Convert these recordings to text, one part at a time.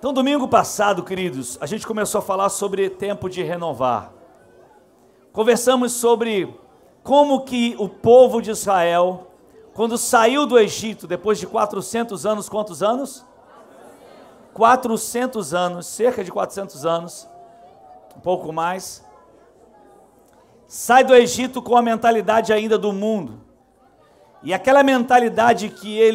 Então, domingo passado, queridos, a gente começou a falar sobre tempo de renovar. Conversamos sobre como que o povo de Israel, quando saiu do Egito, depois de 400 anos, quantos anos? 400 anos, cerca de 400 anos, um pouco mais. Sai do Egito com a mentalidade ainda do mundo. E aquela mentalidade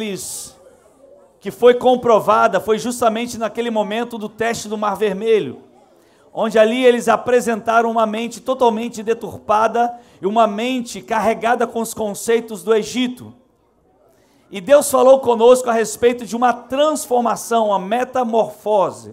que foi comprovada, foi justamente naquele momento do teste do Mar Vermelho, onde ali eles apresentaram uma mente totalmente deturpada e uma mente carregada com os conceitos do Egito. E Deus falou conosco a respeito de uma transformação, uma metamorfose,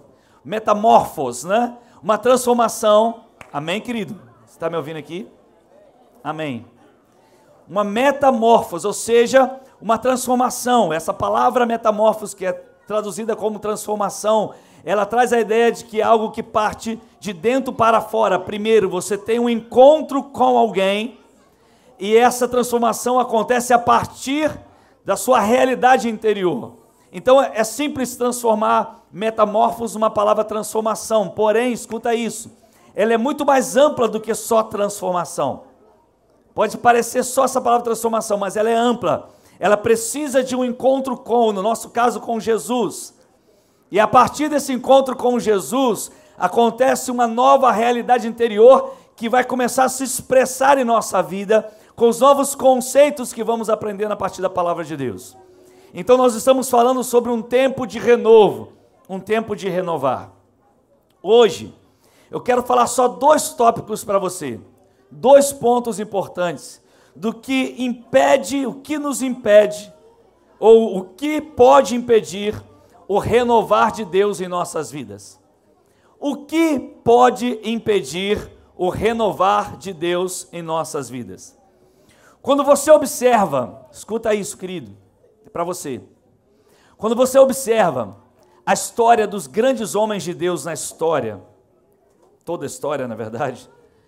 né? Uma transformação, amém, querido? Você está me ouvindo aqui? Amém. Uma metamorfose, ou seja, uma transformação. Essa palavra metamorfose, que é traduzida como transformação, ela traz a ideia de que é algo que parte de dentro para fora. Primeiro, você tem um encontro com alguém, e essa transformação acontece a partir da sua realidade interior. Então é simples transformar metamorfose numa palavra transformação, porém, escuta isso, ela é muito mais ampla do que só transformação. Pode parecer só essa palavra transformação, mas ela é ampla. Ela precisa de um encontro com, no nosso caso, com Jesus. E a partir desse encontro com Jesus, acontece uma nova realidade interior que vai começar a se expressar em nossa vida com os novos conceitos que vamos aprendendo a partir da palavra de Deus. Então nós estamos falando sobre um tempo de renovo, um tempo de renovar. Hoje, eu quero falar só 2 tópicos para você. 2 pontos importantes do que impede, o que nos impede, ou o que pode impedir o renovar de Deus em nossas vidas. O que pode impedir o renovar de Deus em nossas vidas? Quando você observa, escuta isso, querido, é para você. Quando você observa a história dos grandes homens de Deus na história, toda a história, na verdade,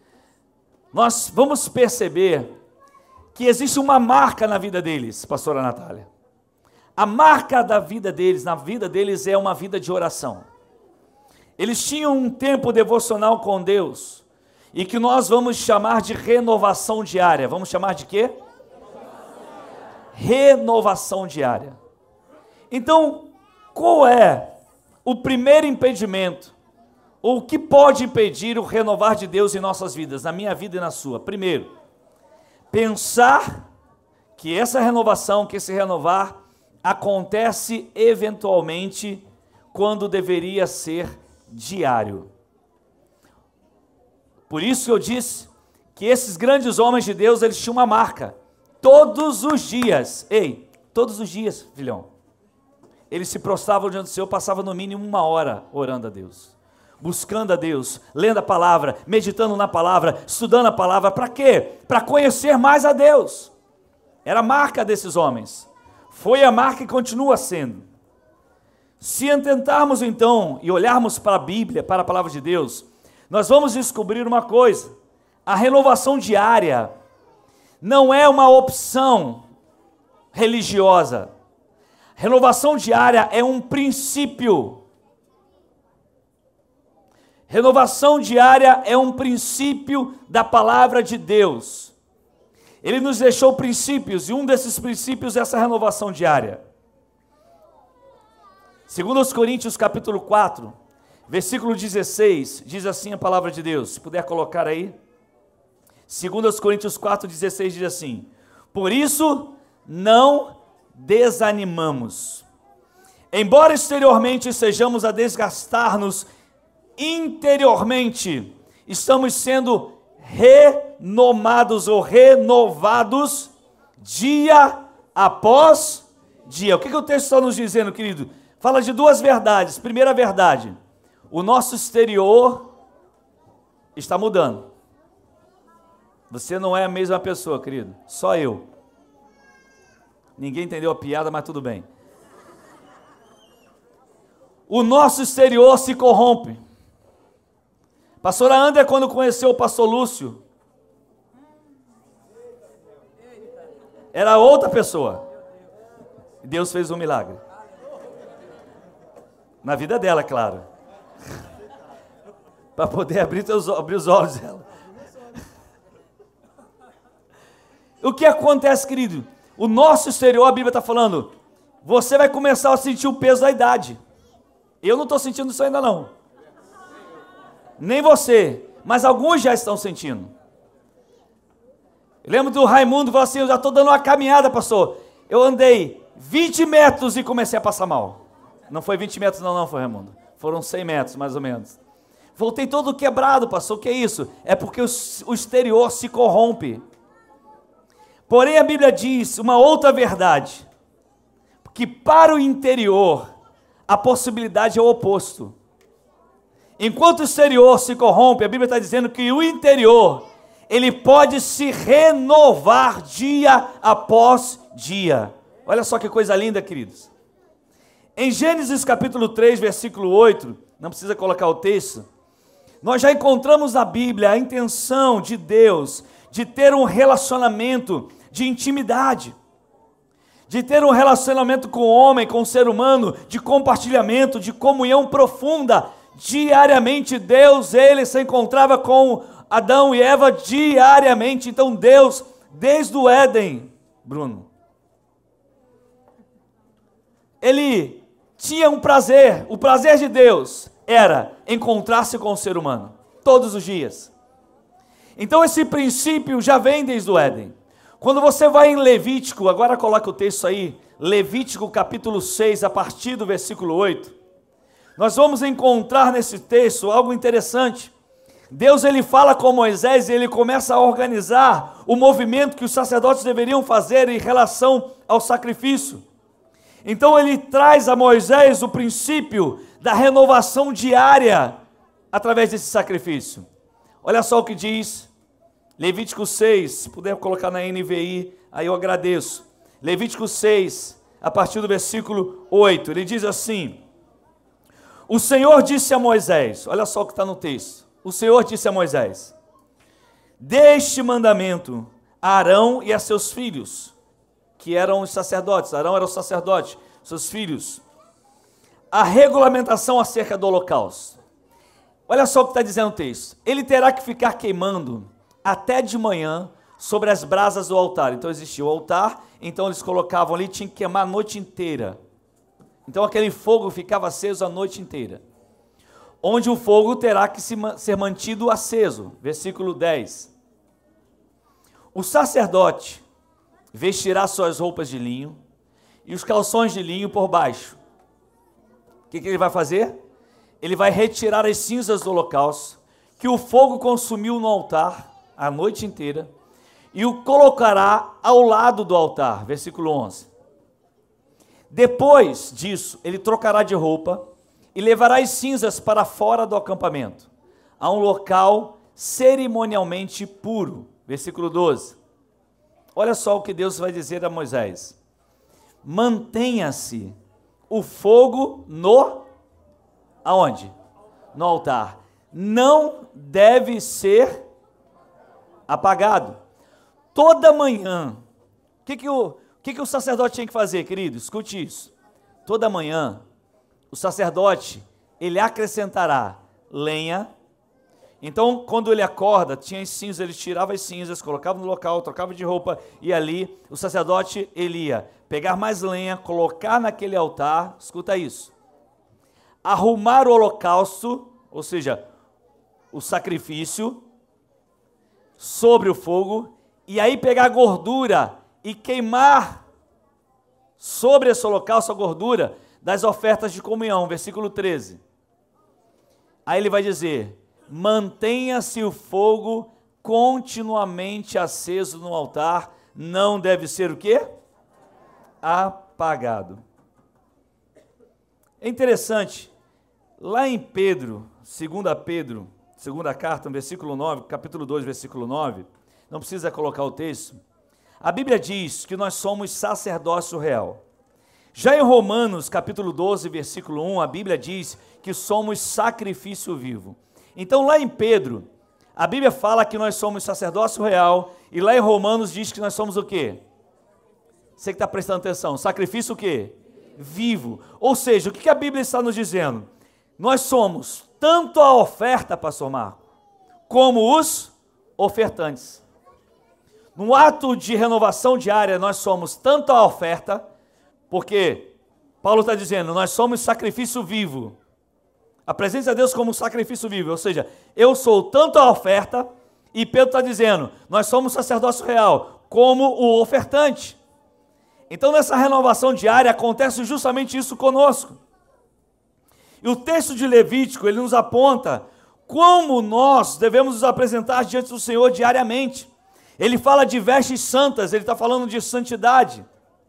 nós vamos perceber que existe uma marca na vida deles, pastora Natália. A marca da vida deles, na vida deles, é uma vida de oração. Eles tinham um tempo devocional com Deus, e que nós vamos chamar de renovação diária. Vamos chamar de quê? Renovação diária. Então, qual é o primeiro impedimento? O que pode impedir o renovar de Deus em nossas vidas, na minha vida e na sua? Primeiro, pensar que essa renovação, que esse renovar, acontece eventualmente quando deveria ser diário. Por isso eu disse que esses grandes homens de Deus, eles tinham uma marca. Todos os dias, todos os dias, filhão, eles se prostravam diante do Senhor, passavam no mínimo 1 hora orando a Deus, buscando a Deus, lendo a palavra, meditando na palavra, estudando a palavra. Para quê? Para conhecer mais a Deus. Era a marca desses homens. Foi a marca e continua sendo. Se tentarmos então e olharmos para a Bíblia, para a palavra de Deus, nós vamos descobrir uma coisa: a renovação diária não é uma opção religiosa. Renovação diária é um princípio. Renovação diária é um princípio da palavra de Deus. Ele nos deixou princípios, e um desses princípios é essa renovação diária. 2 Coríntios capítulo 4, versículo 16, diz assim a palavra de Deus, se puder colocar aí. 2 Coríntios 4, 16 diz assim: por isso não desanimamos. Embora exteriormente estejamos a desgastar-nos, interiormente estamos sendo renovados ou renovados dia após dia. O que o texto está nos dizendo, querido? Fala de 2 verdades. Primeira verdade: o nosso exterior está mudando. Você não é a mesma pessoa, querido, só eu. Ninguém entendeu a piada, mas tudo bem. O nosso exterior se corrompe. Pastora André, quando conheceu o pastor Lúcio, era outra pessoa. Deus fez um milagre. Na vida dela, claro. Para poder abrir os olhos dela. O que acontece, querido? O nosso exterior, a Bíblia está falando, você vai começar a sentir o peso da idade. Eu não estou sentindo isso ainda não. Nem você, mas alguns já estão sentindo. Eu lembro do Raimundo, falou assim, eu já estou dando uma caminhada, pastor. Eu andei 20 metros e comecei a passar mal. Não foi 20 metros não, foi, Raimundo. Foram 100 metros, mais ou menos. Voltei todo quebrado, pastor, o que é isso? É porque o exterior se corrompe. Porém, a Bíblia diz uma outra verdade, que para o interior, a possibilidade é o oposto. Enquanto o exterior se corrompe, a Bíblia está dizendo que o interior, ele pode se renovar dia após dia. Olha só que coisa linda, queridos. Em Gênesis capítulo 3, versículo 8, não precisa colocar o texto, nós já encontramos na Bíblia a intenção de Deus de ter um relacionamento de intimidade, de ter um relacionamento com o homem, com o ser humano, de compartilhamento, de comunhão profunda. Diariamente Deus, ele se encontrava com Adão e Eva diariamente. Então Deus, desde o Éden, Bruno, ele tinha um prazer, o prazer de Deus era encontrar-se com o ser humano, todos os dias. Então esse princípio já vem desde o Éden. Quando você vai em Levítico, agora coloca o texto aí, Levítico capítulo 6, a partir do versículo 8, nós vamos encontrar nesse texto algo interessante. Deus, ele fala com Moisés e ele começa a organizar o movimento que os sacerdotes deveriam fazer em relação ao sacrifício. Então ele traz a Moisés o princípio da renovação diária através desse sacrifício. Olha só o que diz Levítico 6, se puder colocar na NVI, aí eu agradeço. Levítico 6, a partir do versículo 8, ele diz assim: o Senhor disse a Moisés, olha só o que está no texto, o Senhor disse a Moisés, dê este mandamento a Arão e a seus filhos, que eram os sacerdotes, Arão era o sacerdote, seus filhos, a regulamentação acerca do holocausto. Olha só o que está dizendo o texto, ele terá que ficar queimando até de manhã sobre as brasas do altar. Então existia o altar, então eles colocavam ali, tinha que queimar a noite inteira. Então aquele fogo ficava aceso a noite inteira. Onde o fogo terá que ser mantido aceso. Versículo 10. O sacerdote vestirá suas roupas de linho e os calções de linho por baixo. O que ele vai fazer? Ele vai retirar as cinzas do holocausto, que o fogo consumiu no altar a noite inteira, e o colocará ao lado do altar. Versículo 11. Depois disso, ele trocará de roupa e levará as cinzas para fora do acampamento, a um local cerimonialmente puro. Versículo 12. Olha só o que Deus vai dizer a Moisés. Mantenha-se o fogo aonde? No altar. Não deve ser apagado. Toda manhã. O que o sacerdote tinha que fazer, querido? Escute isso. Toda manhã, o sacerdote, ele acrescentará lenha. Então, quando ele acorda, tinha as cinzas, ele tirava as cinzas, colocava no local, trocava de roupa, e ali, o sacerdote, ele ia pegar mais lenha, colocar naquele altar, escuta isso, arrumar o holocausto, ou seja, o sacrifício, sobre o fogo, e aí pegar a gordura e queimar sobre esse holocausto a gordura das ofertas de comunhão, versículo 13. Aí ele vai dizer, mantenha-se o fogo continuamente aceso no altar, não deve ser o quê? Apagado. É interessante, lá em Pedro, segunda carta, no versículo 9, capítulo 2, versículo 9, não precisa colocar o texto, a Bíblia diz que nós somos sacerdócio real. Já em Romanos, capítulo 12, versículo 1, a Bíblia diz que somos sacrifício vivo. Então lá em Pedro, a Bíblia fala que nós somos sacerdócio real, e lá em Romanos diz que nós somos o quê? Você que está prestando atenção, sacrifício o quê? vivo. Ou seja, o que a Bíblia está nos dizendo? Nós somos tanto a oferta, pastor Marco, como os ofertantes. No ato de renovação diária, nós somos tanto a oferta, porque Paulo está dizendo, nós somos sacrifício vivo. A presença de Deus como sacrifício vivo, ou seja, eu sou tanto a oferta, e Pedro está dizendo, nós somos sacerdócio real, como o ofertante. Então nessa renovação diária acontece justamente isso conosco. E o texto de Levítico, ele nos aponta como nós devemos nos apresentar diante do Senhor diariamente. Ele fala de vestes santas, ele está falando de santidade.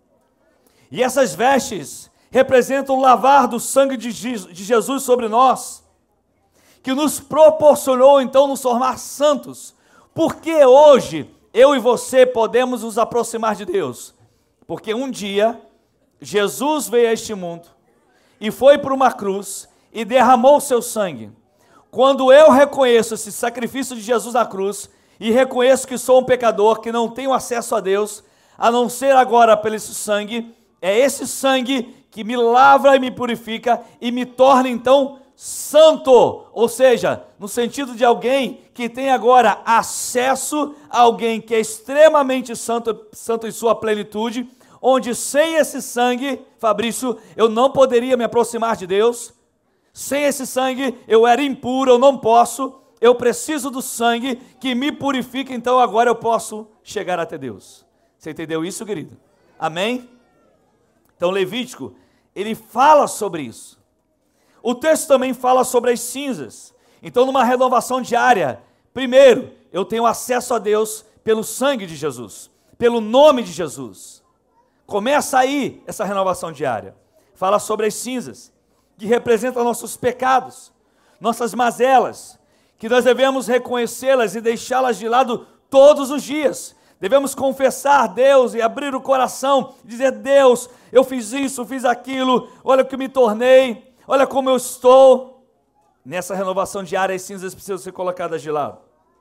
E essas vestes representam o lavar do sangue de Jesus sobre nós, que nos proporcionou então nos tornar santos. Porque hoje eu e você podemos nos aproximar de Deus? Porque um dia Jesus veio a este mundo e foi para uma cruz e derramou o seu sangue. Quando eu reconheço esse sacrifício de Jesus na cruz e reconheço que sou um pecador, que não tenho acesso a Deus, a não ser agora pelo esse sangue, é esse sangue que me lavra e me purifica e me torna então santo, ou seja, no sentido de alguém que tem agora acesso a alguém que é extremamente santo, santo em sua plenitude, onde sem esse sangue, Fabrício, eu não poderia me aproximar de Deus. Sem esse sangue eu era impuro, eu não posso, eu preciso do sangue que me purifica, então agora eu posso chegar até Deus. Você entendeu isso, querido? Amém? Então Levítico, ele fala sobre isso. O texto também fala sobre as cinzas. Então numa renovação diária, primeiro, eu tenho acesso a Deus pelo sangue de Jesus, pelo nome de Jesus. Começa aí essa renovação diária. Fala sobre as cinzas, que representam nossos pecados, nossas mazelas, que nós devemos reconhecê-las e deixá-las de lado todos os dias. Devemos confessar a Deus e abrir o coração, dizer, Deus, eu fiz isso, fiz aquilo, olha o que me tornei, olha como eu estou. Nessa renovação diária, as cinzas precisam ser colocadas de lado.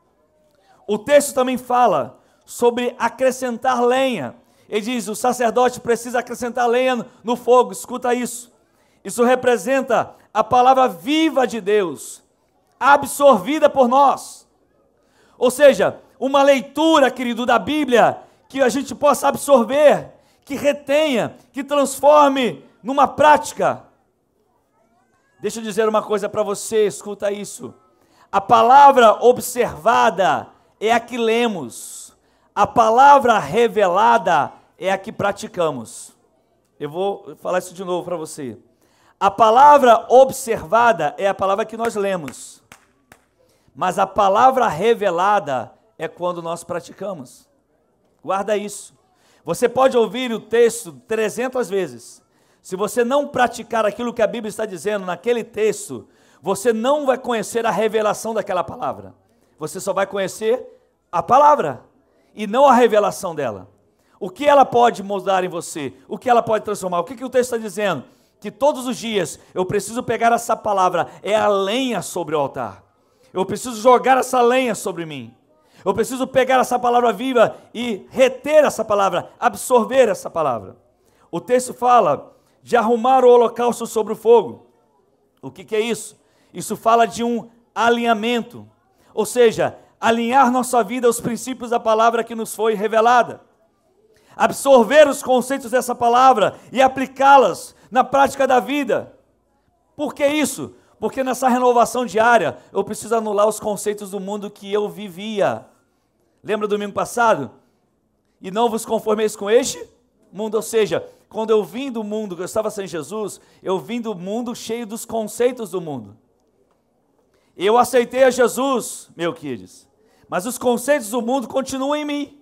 O texto também fala sobre acrescentar lenha. Ele diz, o sacerdote precisa acrescentar lenha no fogo, escuta isso. Isso representa a palavra viva de Deus, absorvida por nós. Ou seja, uma leitura, querido, da Bíblia, que a gente possa absorver, que retenha, que transforme numa prática. Deixa eu dizer uma coisa para você, escuta isso. A palavra observada é a que lemos. A palavra revelada é a que praticamos. Eu vou falar isso de novo para você. A palavra observada é a palavra que nós lemos, mas a palavra revelada é quando nós praticamos. Guarda isso. Você pode ouvir o texto 300 vezes. Se você não praticar aquilo que a Bíblia está dizendo naquele texto, você não vai conhecer a revelação daquela palavra. Você só vai conhecer a palavra e não a revelação dela. O que ela pode mudar em você? O que ela pode transformar? O que o texto está dizendo? Que todos os dias eu preciso pegar essa palavra, é a lenha sobre o altar. Eu preciso jogar essa lenha sobre mim. Eu preciso pegar essa palavra viva e reter essa palavra, absorver essa palavra. O texto fala de arrumar o holocausto sobre o fogo. O que é isso? Isso fala de um alinhamento. Ou seja, alinhar nossa vida aos princípios da palavra que nos foi revelada. Absorver os conceitos dessa palavra e aplicá-las na prática da vida. Por que isso? Porque nessa renovação diária, eu preciso anular os conceitos do mundo que eu vivia. Lembra do domingo passado? E não vos conformeis com este mundo. Ou seja, quando eu vim do mundo, que eu estava sem Jesus, eu vim do mundo cheio dos conceitos do mundo. Eu aceitei a Jesus, meu queridos, mas os conceitos do mundo continuam em mim.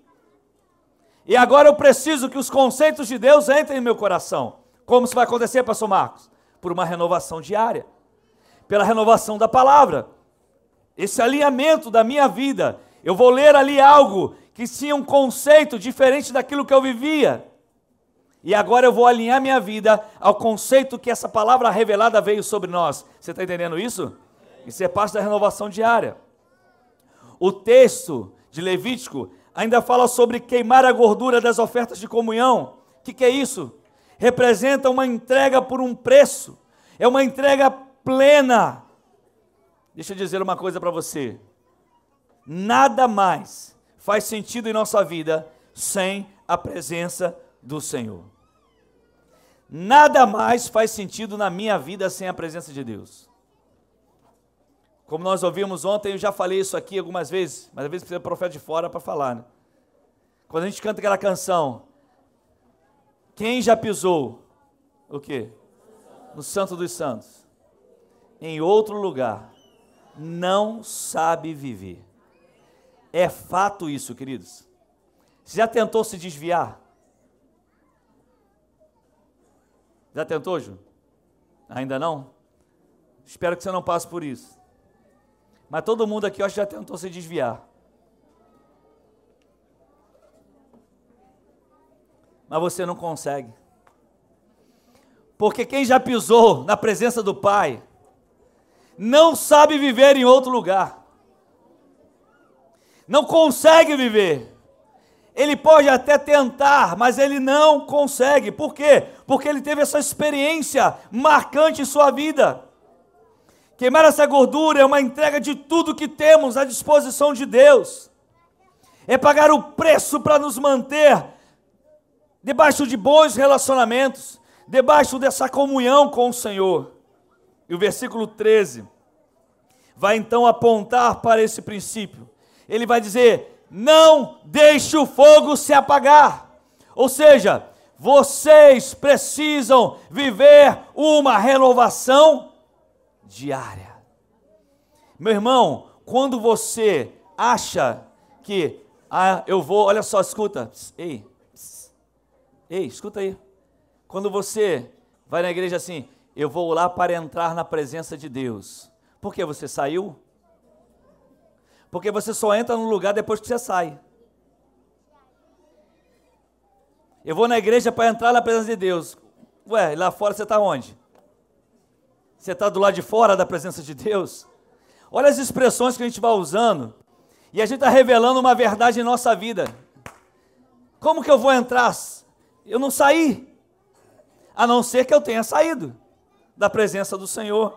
E agora eu preciso que os conceitos de Deus entrem no meu coração. Como isso vai acontecer, pastor Marcos? Por uma renovação diária, pela renovação da palavra, esse alinhamento da minha vida. Eu vou ler ali algo que tinha um conceito diferente daquilo que eu vivia, e agora eu vou alinhar minha vida ao conceito que essa palavra revelada veio sobre nós. Você está entendendo isso? Isso é parte da renovação diária. O texto de Levítico ainda fala sobre queimar a gordura das ofertas de comunhão. O que é isso? representa uma entrega por um preço, é uma entrega plena. Deixa eu dizer uma coisa para você, nada mais faz sentido em nossa vida sem a presença do Senhor. Nada mais faz sentido na minha vida sem a presença de Deus. Como nós ouvimos ontem, eu já falei isso aqui algumas vezes, mas às vezes precisa de profeta de fora para falar, né? Quando a gente canta aquela canção, quem já pisou, o quê? No Santo dos Santos, em outro lugar, não sabe viver. É fato isso, queridos. Você já tentou se desviar? Já tentou, Ju? Ainda não? Espero que você não passe por isso. Mas todo mundo aqui, eu acho que já tentou se desviar. Mas você não consegue. Porque quem já pisou na presença do Pai, não sabe viver em outro lugar. Não consegue viver. Ele pode até tentar, mas ele não consegue. Por quê? Porque ele teve essa experiência marcante em sua vida. Queimar essa gordura é uma entrega de tudo que temos à disposição de Deus. É pagar o preço para nos manter debaixo de bons relacionamentos, debaixo dessa comunhão com o Senhor. E o versículo 13 vai então apontar para esse princípio. Ele vai dizer: não deixe o fogo se apagar. Ou seja, vocês precisam viver uma renovação diária. Meu irmão, quando você acha que, eu vou, olha só, escuta, ei, escuta aí. Quando você vai na igreja assim, eu vou lá para entrar na presença de Deus. Por que você saiu? Porque você só entra no lugar depois que você sai. Eu vou na igreja para entrar na presença de Deus. Ué, lá fora você está onde? Você está do lado de fora da presença de Deus? Olha as expressões que a gente vai usando. E a gente está revelando uma verdade em nossa vida. Como que eu vou entrar? Eu não saí. A não ser que eu tenha saído da presença do Senhor.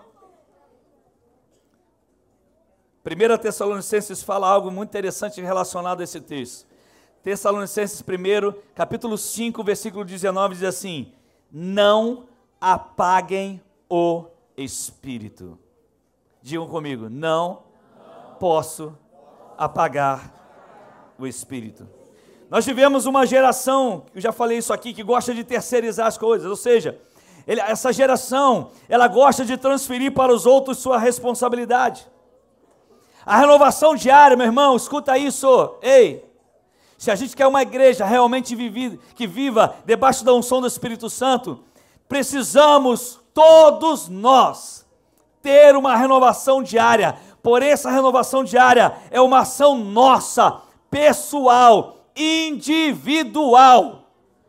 1 Tessalonicenses fala algo muito interessante relacionado a esse texto. Tessalonicenses 1, capítulo 5, versículo 19, diz assim: não apaguem o Espírito. Digam comigo, não posso apagar o Espírito. Nós vivemos uma geração, eu já falei isso aqui, que gosta de terceirizar as coisas, ou seja, essa geração, ela gosta de transferir para os outros sua responsabilidade. A renovação diária, meu irmão, escuta isso, ei, se a gente quer uma igreja realmente que viva debaixo da unção do Espírito Santo, precisamos todos nós ter uma renovação diária. Porém, essa renovação diária é uma ação nossa, pessoal, individual.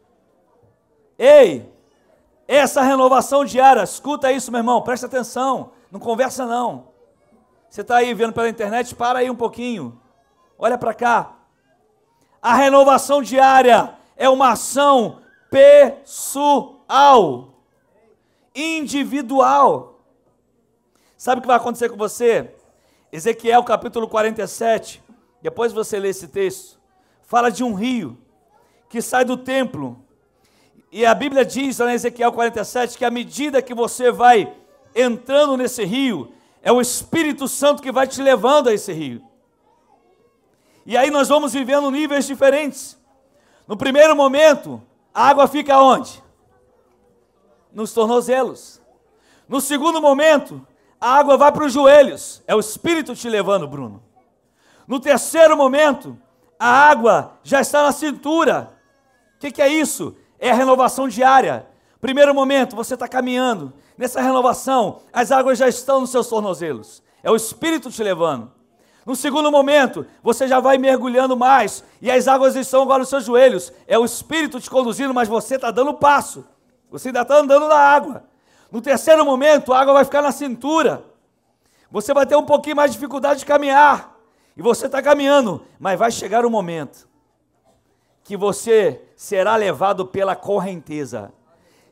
Ei, essa renovação diária, escuta isso, meu irmão, presta atenção, não conversa não. Você está aí vendo pela internet, para aí um pouquinho, olha para cá. A renovação diária é uma ação pessoal, individual. Sabe o que vai acontecer com você? Ezequiel capítulo 47, depois você lê esse texto, fala de um rio que sai do templo. E a Bíblia diz lá em Ezequiel 47 que à medida que você vai entrando nesse rio, é o Espírito Santo que vai te levando a esse rio. E aí nós vamos vivendo níveis diferentes. No primeiro momento, a água fica onde? Nos tornozelos. No segundo momento, a água vai para os joelhos. É o Espírito te levando, Bruno. No terceiro momento, a água já está na cintura. O que é isso? É a renovação diária. Primeiro momento, você está caminhando. Nessa renovação, as águas já estão nos seus tornozelos. É o Espírito te levando. No segundo momento, você já vai mergulhando mais. E as águas estão agora nos seus joelhos. É o Espírito te conduzindo, mas você está dando passo. Você ainda está andando na água. No terceiro momento, a água vai ficar na cintura. Você vai ter um pouquinho mais de dificuldade de caminhar. E você está caminhando, mas vai chegar um momento que você será levado pela correnteza.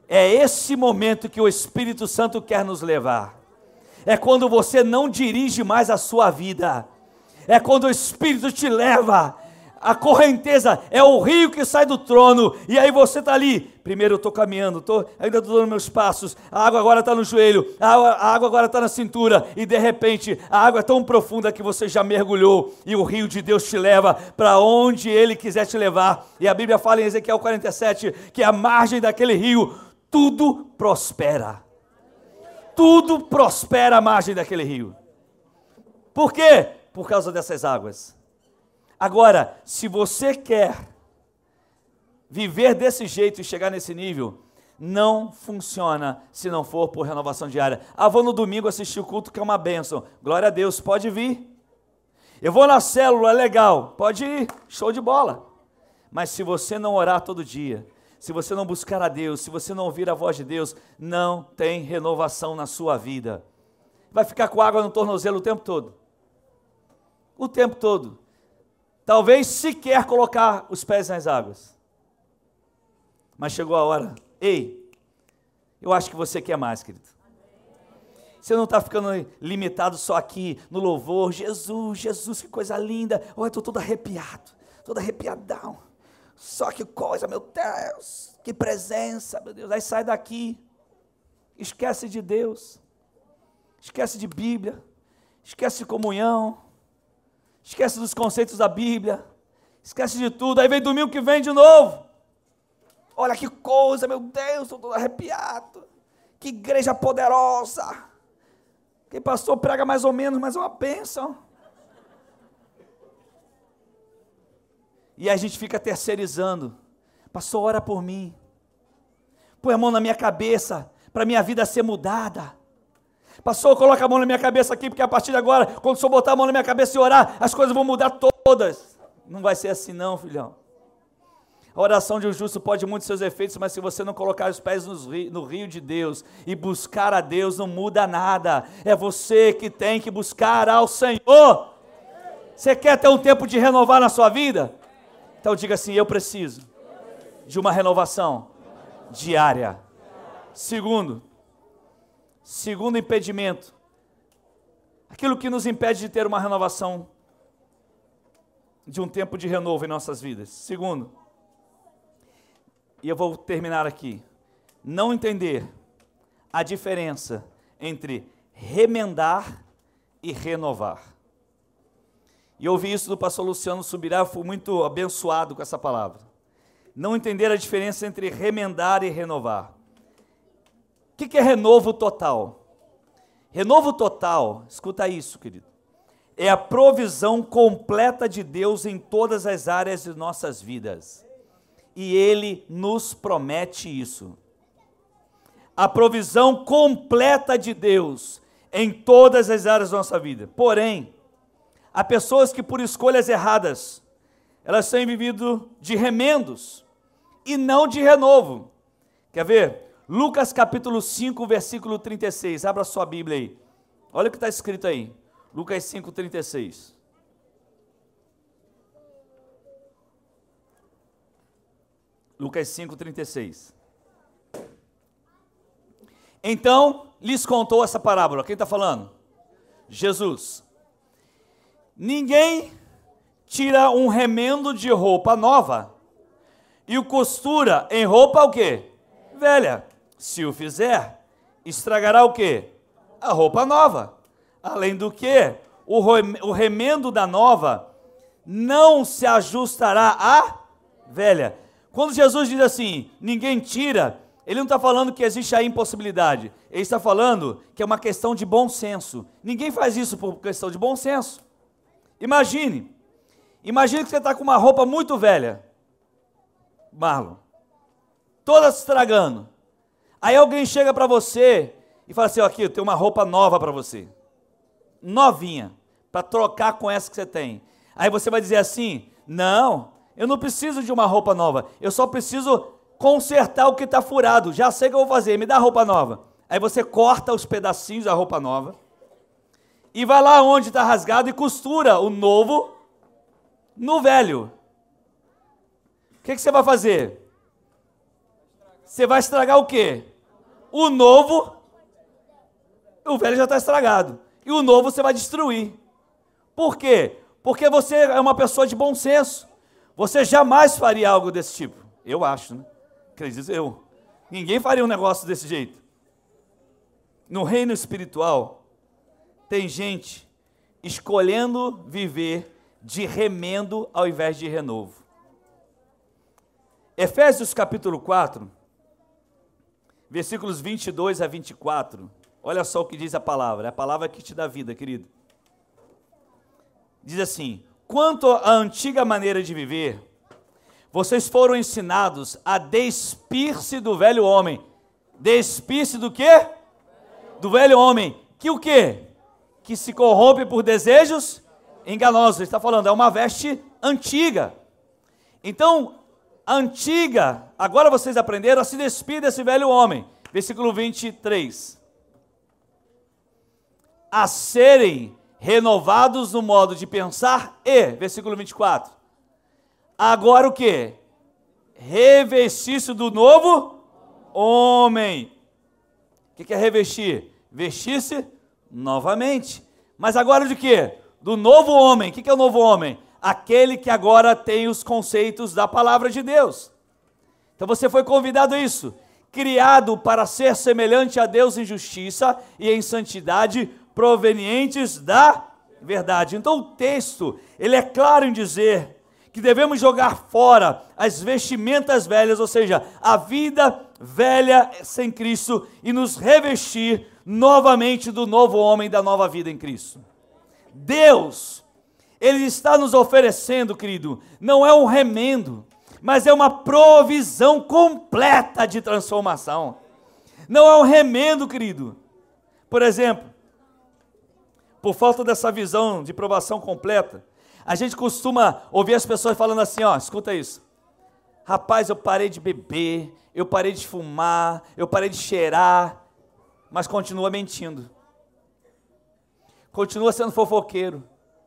É esse momento que o Espírito Santo quer nos levar. É quando você não dirige mais a sua vida. É quando o Espírito te leva. A correnteza é o rio que sai do trono, e aí você está ali. Primeiro eu estou caminhando, ainda estou dando meus passos, a água agora está no joelho, a água agora está na cintura, e de repente a água é tão profunda que você já mergulhou, e o rio de Deus te leva para onde Ele quiser te levar. E a Bíblia fala em Ezequiel 47, que à margem daquele rio, tudo prospera. Tudo prospera à margem daquele rio. Por quê? Por causa dessas águas. Agora, se você quer viver desse jeito e chegar nesse nível, não funciona se não for por renovação diária. Vou no domingo assistir o culto, que é uma bênção. Glória a Deus, pode vir. Eu vou na célula, legal, pode ir, show de bola. Mas se você não orar todo dia, se você não buscar a Deus, se você não ouvir a voz de Deus, não tem renovação na sua vida. Vai ficar com água no tornozelo o tempo todo. O tempo todo. Talvez sequer colocar os pés nas águas. Mas chegou a hora. Ei, eu acho que você quer mais, querido. Você não está ficando limitado só aqui no louvor. Jesus, Jesus, que coisa linda. Olha, estou todo arrepiado, todo arrepiadão. Só que coisa, meu Deus, que presença, meu Deus. Aí sai daqui, esquece de Deus, esquece de Bíblia, esquece de comunhão, esquece dos conceitos da Bíblia, esquece de tudo. Aí vem domingo que vem de novo. Olha que coisa, meu Deus, estou todo arrepiado. Que igreja poderosa. Quem pastor prega mais ou menos, mas é uma bênção. E a gente fica terceirizando. Pastor, ora por mim. Põe a mão na minha cabeça, para a minha vida ser mudada. Pastor, coloca a mão na minha cabeça aqui, porque a partir de agora, quando o senhor botar a mão na minha cabeça e orar, as coisas vão mudar todas. Não vai ser assim não, filhão. A oração de um justo pode muitos seus efeitos, mas se você não colocar os pés no rio de Deus e buscar a Deus, não muda nada. É você que tem que buscar ao Senhor. Você quer ter um tempo de renovar na sua vida? Então diga assim, eu preciso de uma renovação diária. Segundo impedimento, aquilo que nos impede de ter uma renovação, de um tempo de renovo em nossas vidas. Segundo, e eu vou terminar aqui, não entender a diferença entre remendar e renovar. E eu ouvi isso do pastor Luciano Subirá, eu fui muito abençoado com essa palavra. Não entender a diferença entre remendar e renovar. O que é renovo total? Renovo total, escuta isso, querido, é a provisão completa de Deus em todas as áreas de nossas vidas. E Ele nos promete isso. A provisão completa de Deus em todas as áreas da nossa vida. Porém, há pessoas que por escolhas erradas, elas têm vivido de remendos e não de renovo. Quer ver? Lucas capítulo 5, versículo 36. Abra sua Bíblia aí. Olha o que está escrito aí. Lucas 5, 36. Lucas 5, 36. Então, lhes contou essa parábola. Quem está falando? Jesus. Ninguém tira um remendo de roupa nova e o costura em roupa o quê? Velha. Se o fizer, estragará o quê? A roupa nova. Além do que, o remendo da nova não se ajustará à velha. Quando Jesus diz assim, ninguém tira, ele não está falando que existe a impossibilidade. Ele está falando que é uma questão de bom senso. Ninguém faz isso por questão de bom senso. Imagine que você está com uma roupa muito velha, Marlon, toda se estragando. Aí alguém chega para você e fala assim, ó, aqui, eu tenho uma roupa nova para você, novinha, para trocar com essa que você tem. Aí você vai dizer assim, não, eu não preciso de uma roupa nova, eu só preciso consertar o que está furado, já sei o que eu vou fazer, me dá roupa nova. Aí você corta os pedacinhos da roupa nova, e vai lá onde está rasgado e costura o novo no velho. O que você vai fazer? Você vai estragar o quê? O novo, o velho já está estragado. E o novo você vai destruir. Por quê? Porque você é uma pessoa de bom senso. Você jamais faria algo desse tipo. Eu acho, né? Acredito eu. Ninguém faria um negócio desse jeito. No reino espiritual, tem gente escolhendo viver de remendo ao invés de renovo. Efésios capítulo 4, versículos 22 a 24. Olha só o que diz a palavra. É a palavra que te dá vida, querido. Diz assim: quanto à antiga maneira de viver, vocês foram ensinados a despir-se do velho homem. Despir-se do quê? Do velho homem. Que o quê? Que se corrompe por desejos enganosos. Ele está falando, é uma veste antiga. Então, antiga, agora vocês aprenderam a se despir desse velho homem. Versículo 23. A serem renovados no modo de pensar e, versículo 24. Agora o quê? Revestir-se do novo homem. O que é revestir? Vestir-se novamente. Mas agora de quê? Do novo homem. O que é o novo homem? Aquele que agora tem os conceitos da palavra de Deus. Então você foi convidado a isso. Criado para ser semelhante a Deus em justiça e em santidade, provenientes da verdade. Então o texto, ele é claro em dizer que devemos jogar fora as vestimentas velhas, ou seja, a vida velha sem Cristo, e nos revestir novamente do novo homem, da nova vida em Cristo. Deus, Ele está nos oferecendo, querido, não é um remendo, mas é uma provisão completa de transformação. Não é um remendo, querido. Por exemplo, por falta dessa visão de provação completa, a gente costuma ouvir as pessoas falando assim, ó, escuta isso. Rapaz, eu parei de beber, eu parei de fumar, eu parei de cheirar, mas continua mentindo. Continua sendo fofoqueiro.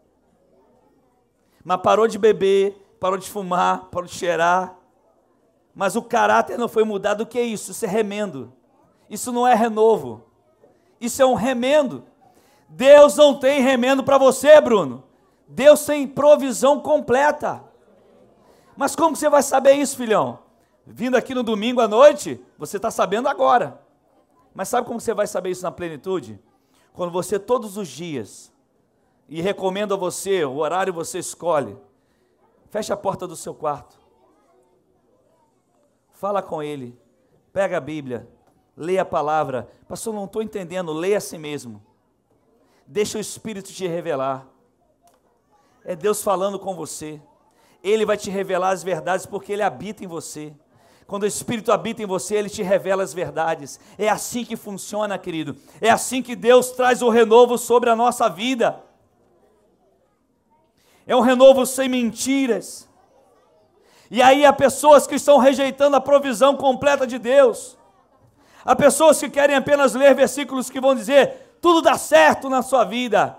Mas parou de beber, parou de fumar, parou de cheirar, mas o caráter não foi mudado. O que é isso? Isso é remendo. Isso não é renovo. Isso é um remendo. Deus não tem remendo para você, Bruno. Deus tem provisão completa. Mas como você vai saber isso, filhão? Vindo aqui no domingo à noite, você está sabendo agora. Mas sabe como você vai saber isso na plenitude? Quando você todos os dias, e recomendo a você, o horário você escolhe, fecha a porta do seu quarto, fala com Ele, pega a Bíblia, lê a palavra. Pastor, não estou entendendo, leia a si mesmo. Deixa o Espírito te revelar. É Deus falando com você. Ele vai te revelar as verdades porque Ele habita em você. Quando o Espírito habita em você, Ele te revela as verdades. É assim que funciona, querido. É assim que Deus traz o renovo sobre a nossa vida. É um renovo sem mentiras. E aí há pessoas que estão rejeitando a provisão completa de Deus. Há pessoas que querem apenas ler versículos que vão dizer, tudo dá certo na sua vida.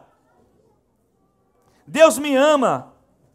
Deus me ama.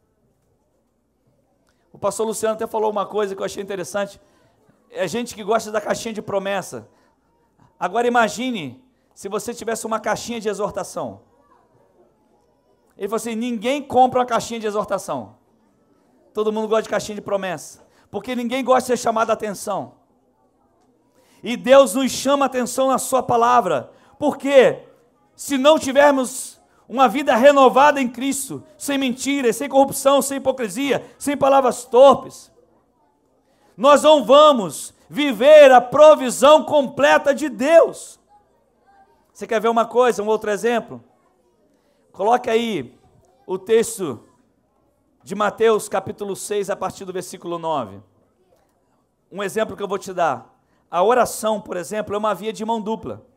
O pastor Luciano até falou uma coisa que eu achei interessante. É gente que gosta da caixinha de promessa. Agora imagine se você tivesse uma caixinha de exortação. Ele falou assim, ninguém compra uma caixinha de exortação. Todo mundo gosta de caixinha de promessa. Porque ninguém gosta de ser chamado a atenção. E Deus nos chama a atenção na sua palavra. Porque se não tivermos uma vida renovada em Cristo, sem mentiras, sem corrupção, sem hipocrisia, sem palavras torpes, nós não vamos viver a provisão completa de Deus. Você quer ver uma coisa, um outro exemplo? Coloque aí o texto de Mateus capítulo 6, a partir do versículo 9. Um exemplo que eu vou te dar. A oração, por exemplo, é uma via de mão dupla.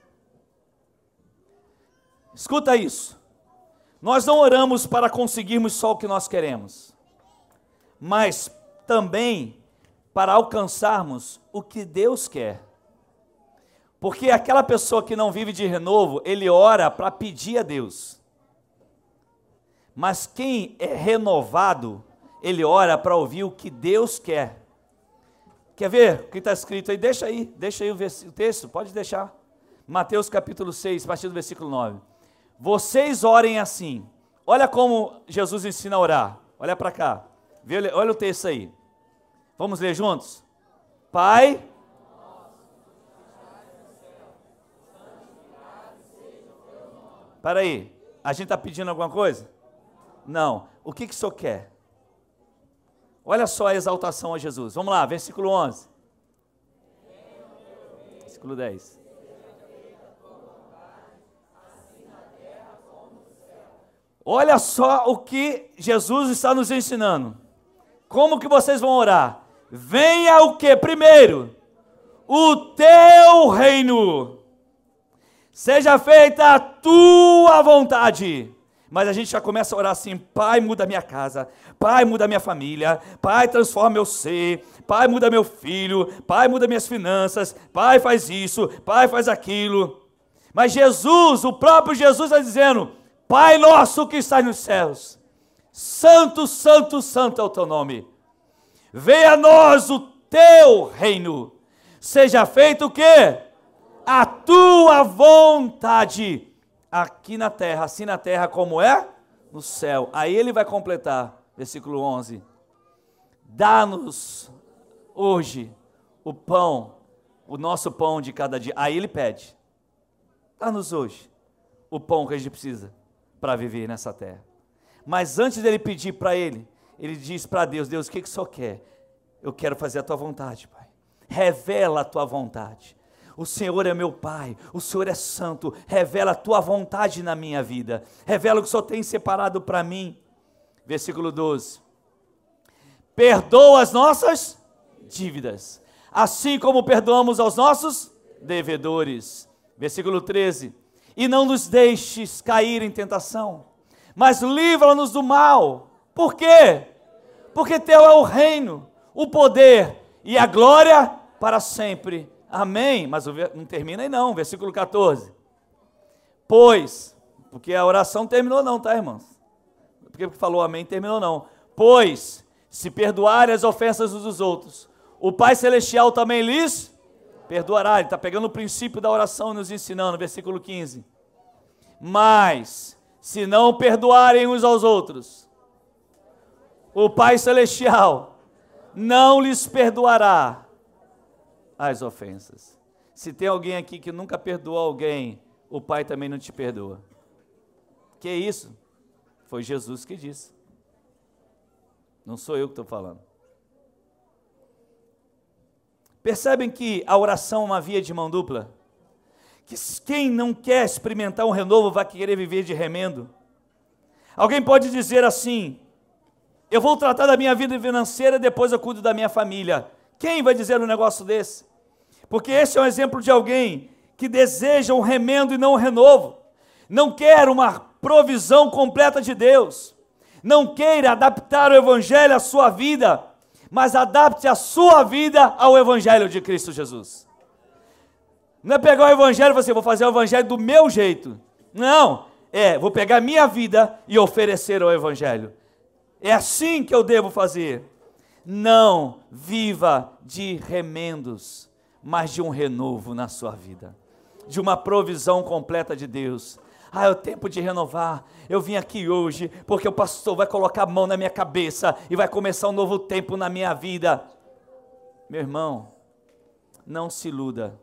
Escuta isso. Nós não oramos para conseguirmos só o que nós queremos, mas também para alcançarmos o que Deus quer. Porque aquela pessoa que não vive de renovo, ele ora para pedir a Deus. Mas quem é renovado, ele ora para ouvir o que Deus quer. Quer ver o que está escrito aí? Deixa aí o texto, pode deixar. Mateus capítulo 6, a partir do versículo 9. Vocês orem assim. Olha como Jesus ensina a orar. Olha para cá. Olha o texto aí. Vamos ler juntos? Pai. Para aí. A gente está pedindo alguma coisa? Não. O que o senhor quer? Olha só a exaltação a Jesus. Vamos lá, versículo 11. Versículo 10. Olha só o que Jesus está nos ensinando. Como que vocês vão orar? Venha o que? Primeiro, o teu reino. Seja feita a tua vontade. Mas a gente já começa a orar assim: Pai, muda minha casa. Pai, muda minha família. Pai, transforma meu ser. Pai, muda meu filho. Pai, muda minhas finanças. Pai, faz isso. Pai, faz aquilo. Mas Jesus, o próprio Jesus está dizendo: Pai nosso que estás nos céus, santo, santo, santo é o teu nome. Venha a nós o teu reino. Seja feito o quê? A tua vontade, aqui na terra, assim na terra como é no céu. Aí ele vai completar, versículo 11. Dá-nos hoje o pão, o nosso pão de cada dia. Aí ele pede, dá-nos hoje o pão que a gente precisa para viver nessa terra. Mas antes dele pedir para ele diz para Deus: Deus, o que o Senhor quer? Eu quero fazer a tua vontade, Pai. Revela a tua vontade. O Senhor é meu Pai, o Senhor é santo, revela a tua vontade na minha vida, revela o que o Senhor tem separado para mim. Versículo 12. Perdoa as nossas dívidas, assim como perdoamos aos nossos devedores. Versículo 13. E não nos deixes cair em tentação, mas livra-nos do mal. Por quê? Porque teu é o reino, o poder e a glória para sempre. Amém. Mas não termina aí não, versículo 14. Pois, porque a oração terminou não, tá, irmãos? Porque falou amém, terminou não. Pois, se perdoarem as ofensas uns dos outros, o Pai Celestial também lhes perdoará. Ele está pegando o princípio da oração e nos ensinando, versículo 15. Mas, se não perdoarem uns aos outros, o Pai Celestial não lhes perdoará as ofensas. Se tem alguém aqui que nunca perdoou alguém, o Pai também não te perdoa. Que isso? Foi Jesus que disse. Não sou eu que estou falando. Percebem que a oração é uma via de mão dupla? Que quem não quer experimentar um renovo vai querer viver de remendo. Alguém pode dizer assim: eu vou tratar da minha vida financeira, depois eu cuido da minha família. Quem vai dizer um negócio desse? Porque esse é um exemplo de alguém que deseja um remendo e não um renovo. Não quer uma provisão completa de Deus. Não queira adaptar o Evangelho à sua vida, mas adapte a sua vida ao Evangelho de Cristo Jesus. Não é pegar o Evangelho e falar assim: vou fazer o Evangelho do meu jeito. Não, vou pegar a minha vida e oferecer ao Evangelho. É assim que eu devo fazer. Não viva de remendos, mas de um renovo na sua vida, de uma provisão completa de Deus. É o tempo de renovar. Eu vim aqui hoje porque o pastor vai colocar a mão na minha cabeça e vai começar um novo tempo na minha vida. Meu irmão, não se iluda.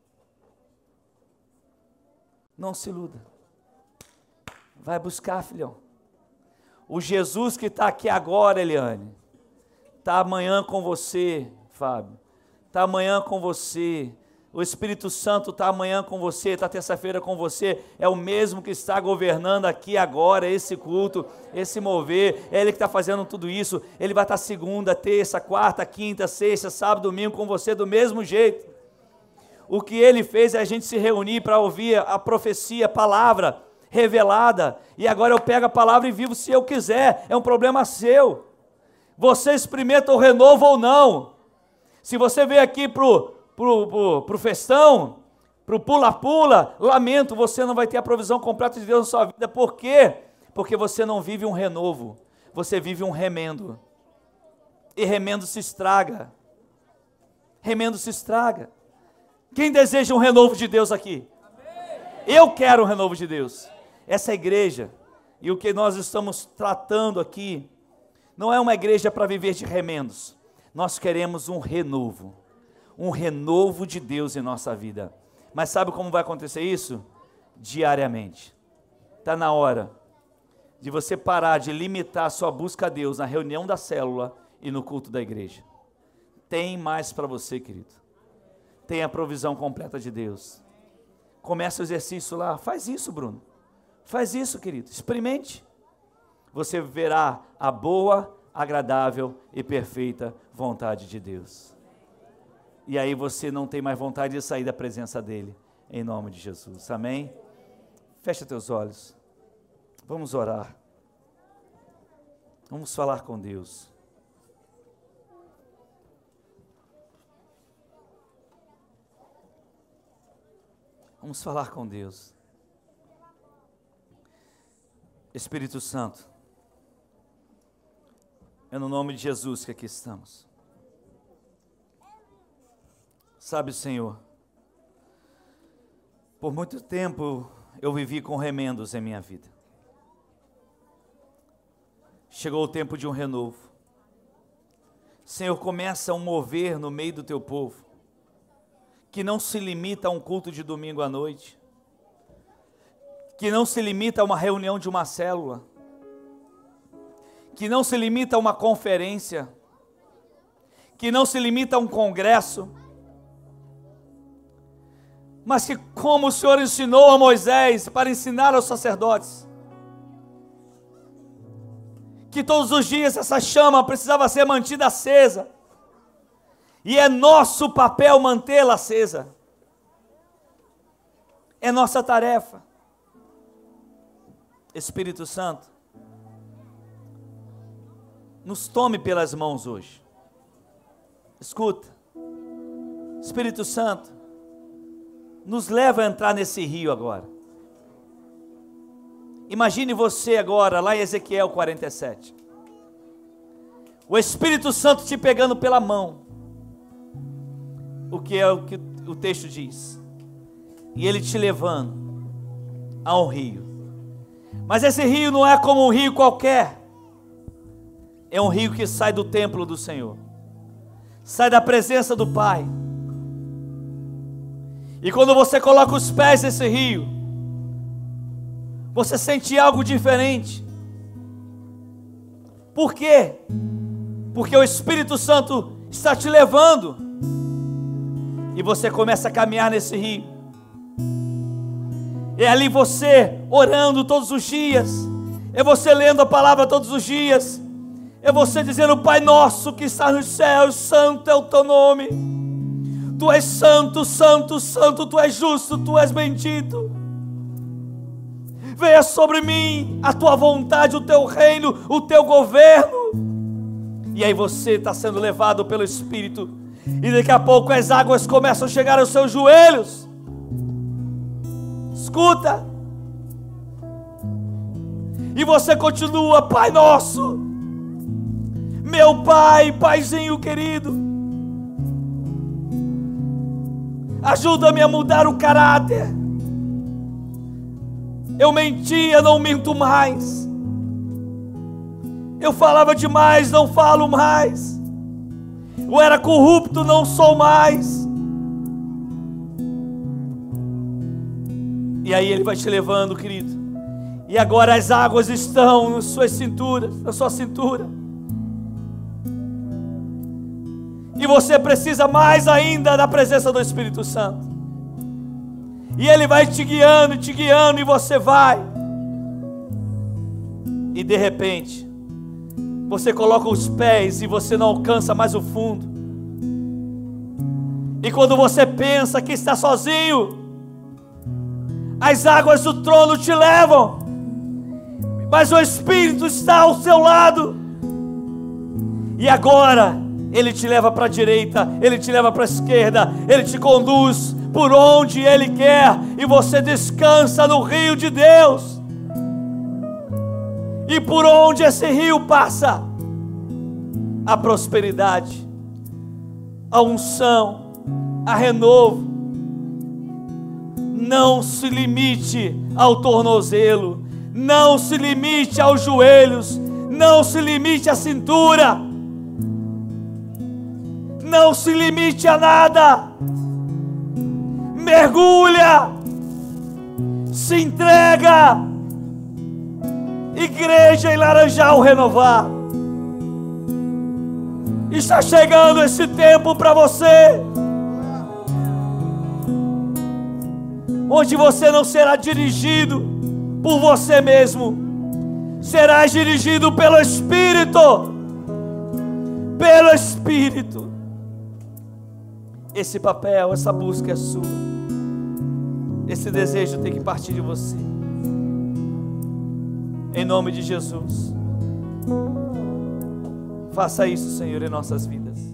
Não se iluda. Vai buscar, filhão. O Jesus que está aqui agora, Eliane, está amanhã com você, Fábio. Está amanhã com você. O Espírito Santo está amanhã com você, está terça-feira com você. É o mesmo que está governando aqui agora, esse culto, esse mover. É Ele que está fazendo tudo isso. Ele vai estar segunda, terça, quarta, quinta, sexta, sábado, domingo com você do mesmo jeito. O que Ele fez é a gente se reunir para ouvir a profecia, a palavra revelada. E agora eu pego a palavra e vivo se eu quiser. É um problema seu. Você experimenta o renovo ou não. Se você veio aqui pro festão, pro pula-pula, lamento, você não vai ter a provisão completa de Deus na sua vida. Por quê? Porque você não vive um renovo, você vive um remendo. E remendo se estraga. remendo se estraga. Quem deseja um renovo de Deus aqui? Eu quero um renovo de Deus. Essa igreja, e o que nós estamos tratando aqui, não é uma igreja para viver de remendos. Nós queremos um renovo de Deus em nossa vida. Mas sabe como vai acontecer isso? Diariamente. Está na hora de você parar de limitar a sua busca a Deus na reunião da célula e no culto da igreja. Tem mais para você, querido. Tem a provisão completa de Deus. Começa o exercício lá. Faz isso, Bruno. Faz isso, querido. Experimente. Você verá a boa, agradável e perfeita vontade de Deus. E aí você não tem mais vontade de sair da presença dEle. Em nome de Jesus. Amém? Fecha teus olhos. Vamos orar. Vamos falar com Deus. Vamos falar com Deus. Espírito Santo, é no nome de Jesus que aqui estamos. Sabe, Senhor, por muito tempo eu vivi com remendos em minha vida. Chegou o tempo de um renovo. Senhor, começa um mover no meio do teu povo, que não se limita a um culto de domingo à noite, que não se limita a uma reunião de uma célula, que não se limita a uma conferência, que não se limita a um congresso, mas que, como o Senhor ensinou a Moisés para ensinar aos sacerdotes, que todos os dias essa chama precisava ser mantida acesa, e é nosso papel mantê-la acesa, é nossa tarefa. Espírito Santo, nos tome pelas mãos hoje. Escuta, Espírito Santo, nos leva a entrar nesse rio agora. Imagine você agora, lá em Ezequiel 47, o Espírito Santo te pegando pela mão, o que o texto diz, e ele te levando a um rio. Mas esse rio não é como um rio qualquer, é um rio que sai do templo do Senhor, sai da presença do Pai. E quando você coloca os pés nesse rio, você sente algo diferente. Por quê? Porque o Espírito Santo está te levando, e você começa a caminhar nesse rio. É ali você orando todos os dias, é você lendo a palavra todos os dias, é você dizendo: Pai nosso que está nos céus, santo é o teu nome. Tu és santo, santo, santo, tu és justo, tu és bendito. Venha sobre mim a tua vontade, o teu reino, o teu governo. E aí você está sendo levado pelo Espírito, e daqui a pouco as águas começam a chegar aos seus joelhos. Escuta. E você continua: Pai nosso, meu Pai, Paizinho querido, ajuda-me a mudar o caráter. Eu mentia, não minto mais. Eu falava demais, não falo mais. Eu era corrupto, não sou mais. E aí ele vai te levando, querido. E agora as águas estão na sua cintura, E você precisa mais ainda da presença do Espírito Santo. E ele vai te guiando, e você vai. E de repente, você coloca os pés e você não alcança mais o fundo. E quando você pensa que está sozinho, as águas do trono te levam, mas o Espírito está ao seu lado. E agora ele te leva para a direita, ele te leva para a esquerda, ele te conduz por onde ele quer, e você descansa no rio de Deus. E por onde esse rio passa, a prosperidade, a unção, a renovo. Não se limite ao tornozelo, não se limite aos joelhos, não se limite à cintura, não se limite a nada. Mergulha, se entrega. Igreja em Laranjal renovado, está chegando esse tempo para você, onde você não será dirigido por você mesmo, será dirigido pelo Espírito. Pelo Espírito. Esse papel, essa busca é sua. Esse desejo tem que partir de você. Em nome de Jesus. Faça isso, Senhor, em nossas vidas.